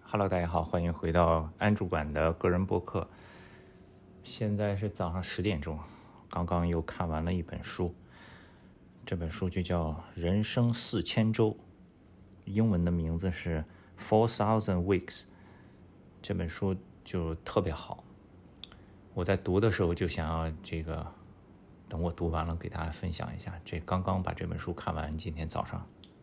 Hello， 大家好，欢迎回到安主管的个人播客。现在是早上10点钟，刚刚又看完了一本书，这本书就叫《人生4000周》，英文的名字是 4000 Weeks。这本书就特别好，我在读的时候就想要等我读完了给大家分享一下。刚刚把这本书看完，今天早上。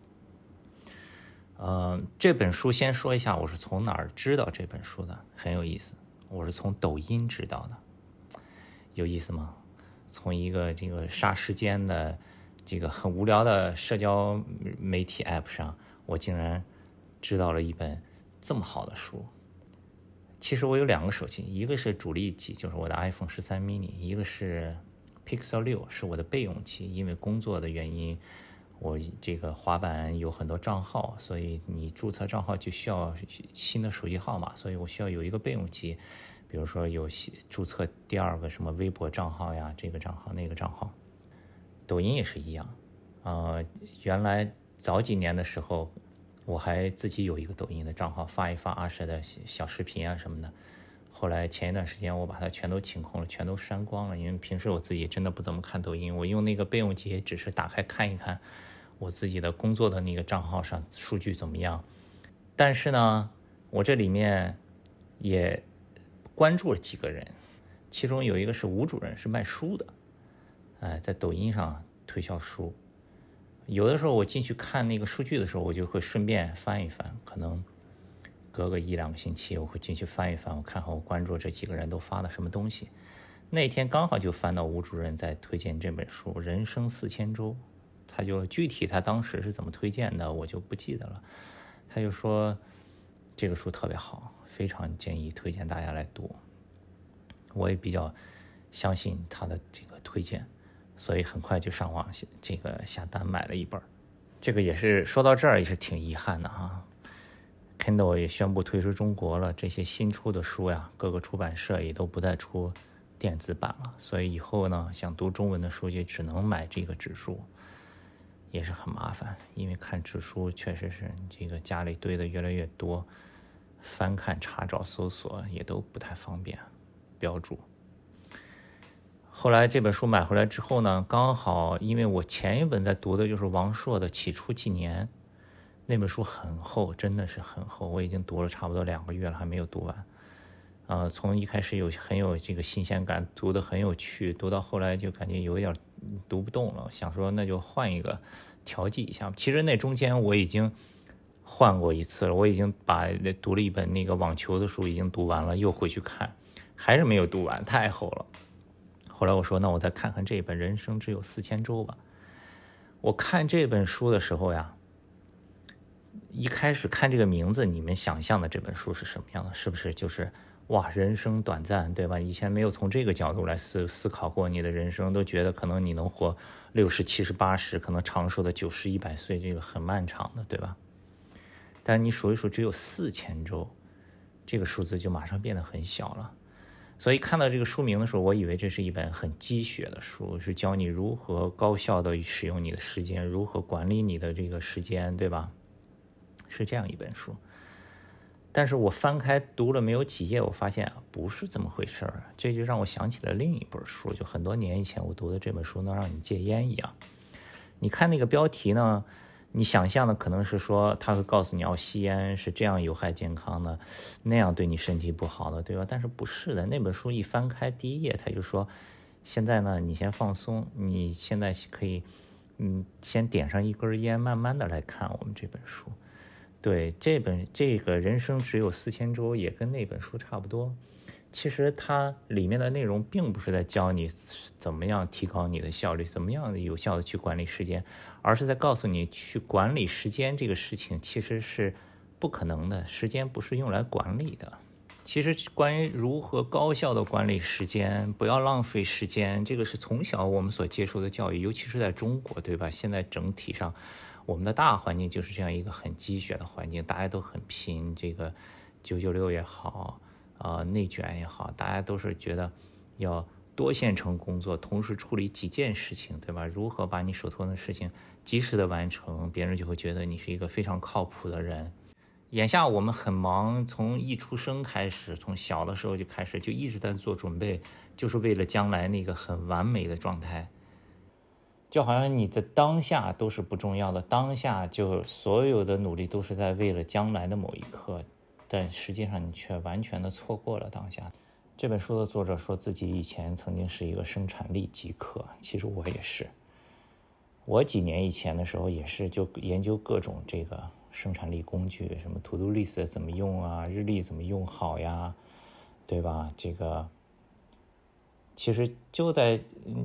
这本书先说一下我是从哪儿知道这本书的，很有意思。我是从抖音知道的，有意思吗？从一个杀时间的很无聊的社交媒体 app 上，我竟然知道了一本这么好的书。其实我有2个手机，一个是主力机，就是我的 iPhone 13 mini， 一个是 Pixel 6，是我的备用机。因为工作的原因，我滑板有很多账号，所以你注册账号就需要新的手机号码，所以我需要有一个备用机。比如说有注册第2个什么微博账号呀，这个账号那个账号。抖音也是一样。原来早几年的时候，我还自己有一个抖音的账号，发一发阿舍的小视频啊什么的。后来前一段时间我把它全都清空了，全都删光了，因为平时我自己真的不怎么看抖音，我用那个备用机只是打开看一看我自己的工作的那个账号上数据怎么样。但是呢，我这里面也关注了几个人，其中有一个是吴主任，是卖书的，在抖音上推销书。有的时候我进去看那个数据的时候，我就会顺便翻一翻，可能隔个1-2个星期我会进去翻一翻，我看看我关注这几个人都发了什么东西。那天刚好就翻到吴主任在推荐这本书《人生4000周》，他就具体他当时是怎么推荐的我就不记得了。他就说这个书特别好，非常建议推荐大家来读。我也比较相信他的这个推荐，所以很快就上网下单买了一本。这个也是说到这儿也是挺遗憾的哈。Kindle 也宣布退出中国了，这些新出的书呀，各个出版社也都不再出电子版了，所以以后呢，想读中文的书就只能买这个纸书，也是很麻烦。因为看纸书确实是家里堆的越来越多，翻看、查找、搜索也都不太方便标注。后来这本书买回来之后呢，刚好因为我前一本在读的就是王朔的《起初纪年》，那本书很厚，真的是很厚，我已经读了差不多2个月了，还没有读完。从一开始很有这个新鲜感，读得很有趣，读到后来就感觉有点读不动了，想说那就换一个调剂一下。其实那中间我已经换过一次了，我已经读了一本那个网球的书已经读完了，又回去看，还是没有读完，太厚了。后来我说那我再看看这本《人生只有4000周》吧。我看这本书的时候呀，一开始看这个名字，你们想象的这本书是什么样的？是不是就是哇，人生短暂，对吧？以前没有从这个角度来思考过你的人生，都觉得可能你能活60、70、80，可能长寿的90、100岁，这个很漫长的，对吧？但你数一数，只有4000周，这个数字就马上变得很小了。所以看到这个书名的时候，我以为这是一本很鸡血的书，是教你如何高效的使用你的时间，如何管理你的这个时间，对吧？是这样一本书。但是我翻开读了没有几页，我发现不是这么回事儿。这就让我想起了另一本书，就很多年以前我读的这本书，能让你戒烟一样。你看那个标题呢，你想象的可能是说他会告诉你吸烟是这样有害健康的，那样对你身体不好的，对吧？但是不是的，那本书一翻开第1页他就说，现在呢你先放松，你现在可以先点上一根烟，慢慢的来看我们这本书。对，这个人生只有4000周也跟那本书差不多。其实它里面的内容并不是在教你怎么样提高你的效率，怎么样有效的去管理时间，而是在告诉你去管理时间这个事情其实是不可能的，时间不是用来管理的。其实关于如何高效的管理时间，不要浪费时间，这个是从小我们所接受的教育，尤其是在中国，对吧？现在整体上我们的大环境就是这样一个很鸡血的环境，大家都很拼，这个996也好，内卷也好，大家都是觉得要多线程工作，同时处理几件事情，对吧？如何把你手头的事情及时的完成，别人就会觉得你是一个非常靠谱的人。 眼下我们很忙，从一出生开始，从小的时候就开始，就一直在做准备，就是为了将来那个很完美的状态。就好像你的当下都是不重要的，当下就所有的努力都是在为了将来的某一刻，但实际上你却完全的错过了当下。这本书的作者说自己以前曾经是一个生产力极客，其实我也是。我几年以前的时候也是就研究各种这个生产力工具，什么 to do list 怎么用啊，日历怎么用好呀，对吧？这个其实就在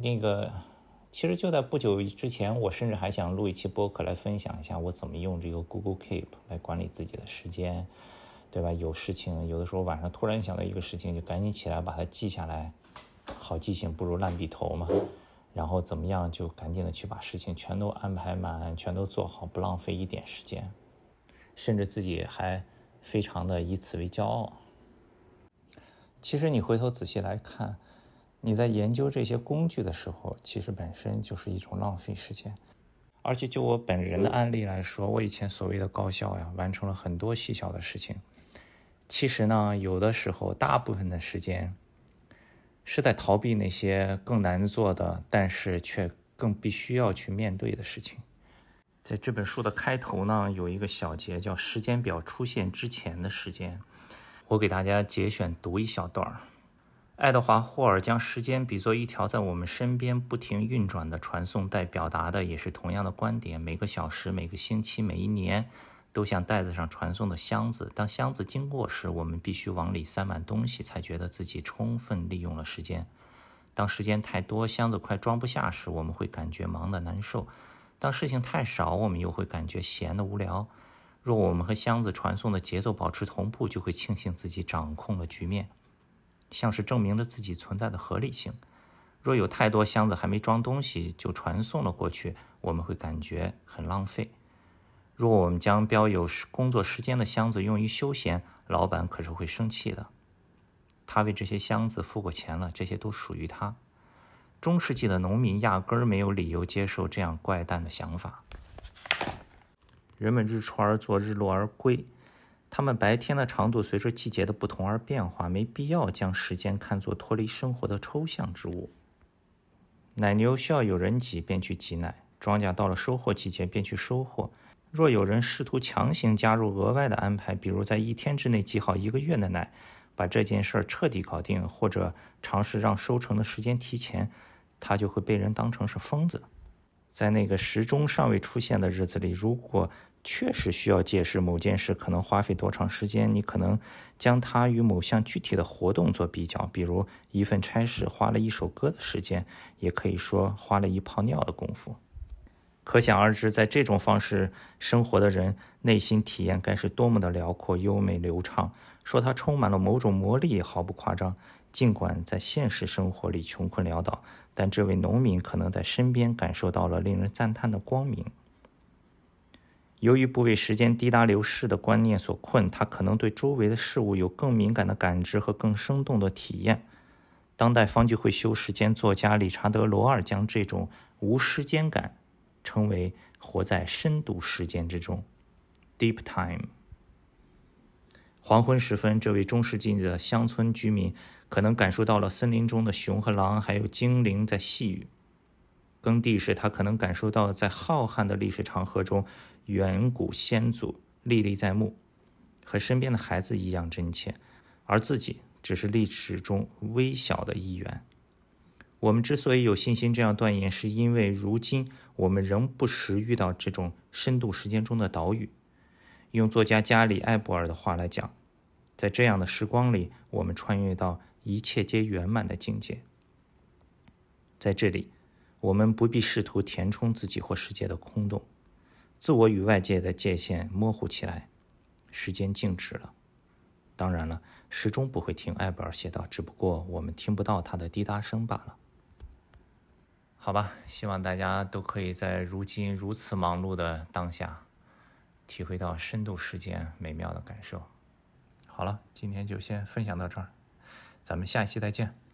不久之前，我甚至还想录一期播客来分享一下我怎么用这个 Google Keep 来管理自己的时间，对吧？有事情有的时候晚上突然想到一个事情，就赶紧起来把它记下来，好记性不如烂笔头嘛。然后怎么样就赶紧的去把事情全都安排满，全都做好，不浪费一点时间，甚至自己还非常的以此为骄傲。其实你回头仔细来看，你在研究这些工具的时候，其实本身就是一种浪费时间。而且就我本人的案例来说，我以前所谓的高效呀，完成了很多细小的事情，其实呢，有的时候大部分的时间是在逃避那些更难做的，但是却更必须要去面对的事情。在这本书的开头呢，有一个小节叫时间表出现之前的时间，我给大家节选读一小段。爱德华·霍尔将时间比作一条在我们身边不停运转的传送带，表达的也是同样的观点。每个小时、每个星期、每一年都像袋子上传送的箱子，当箱子经过时，我们必须往里塞满东西，才觉得自己充分利用了时间。当时间太多，箱子快装不下时，我们会感觉忙得难受。当事情太少，我们又会感觉闲得无聊。若我们和箱子传送的节奏保持同步，就会庆幸自己掌控了局面，像是证明了自己存在的合理性。若有太多箱子还没装东西就传送了过去，我们会感觉很浪费。如果我们将标有工作时间的箱子用于休闲，老板可是会生气的。他为这些箱子付过钱了，这些都属于他。中世纪的农民压根儿没有理由接受这样怪诞的想法。人们日出而作，日落而归，他们白天的长度随着季节的不同而变化，没必要将时间看作脱离生活的抽象之物。奶牛需要有人挤便去挤奶，庄稼到了收获季节便去收获。若有人试图强行加入额外的安排，比如在1天之内挤好1个月的奶，把这件事彻底搞定，或者尝试让收成的时间提前，他就会被人当成是疯子。在那个时钟尚未出现的日子里，如果确实需要解释某件事可能花费多长时间，你可能将它与某项具体的活动做比较，比如一份差事花了1首歌的时间，也可以说花了1泡尿的功夫。可想而知，在这种方式生活的人内心体验该是多么的辽阔、优美、流畅，说它充满了某种魔力也毫不夸张。尽管在现实生活里穷困潦倒，但这位农民可能在身边感受到了令人赞叹的光明。由于不为时间滴答流逝的观念所困，他可能对周围的事物有更敏感的感知和更生动的体验。当代方济会修时间作家理查德·罗尔将这种无时间感称为活在深度时间之中 Deep Time。 黄昏时分，这位中世纪的乡村居民可能感受到了森林中的熊和狼还有精灵在细语。耕地时，他可能感受到在浩瀚的历史长河中，远古先祖历历在目，和身边的孩子一样真切，而自己只是历史中微小的一员。我们之所以有信心这样断言，是因为如今我们仍不时遇到这种深度时间中的岛屿。用作家加里·艾伯尔的话来讲，在这样的时光里，我们穿越到一切皆圆满的境界。在这里，我们不必试图填充自己或世界的空洞，自我与外界的界限模糊起来，时间静止了。当然了，时钟不会听，艾伯尔写道，只不过我们听不到它的滴答声罢了。好吧，希望大家都可以在如今如此忙碌的当下，体会到深度时间美妙的感受。好了，今天就先分享到这儿，咱们下期再见。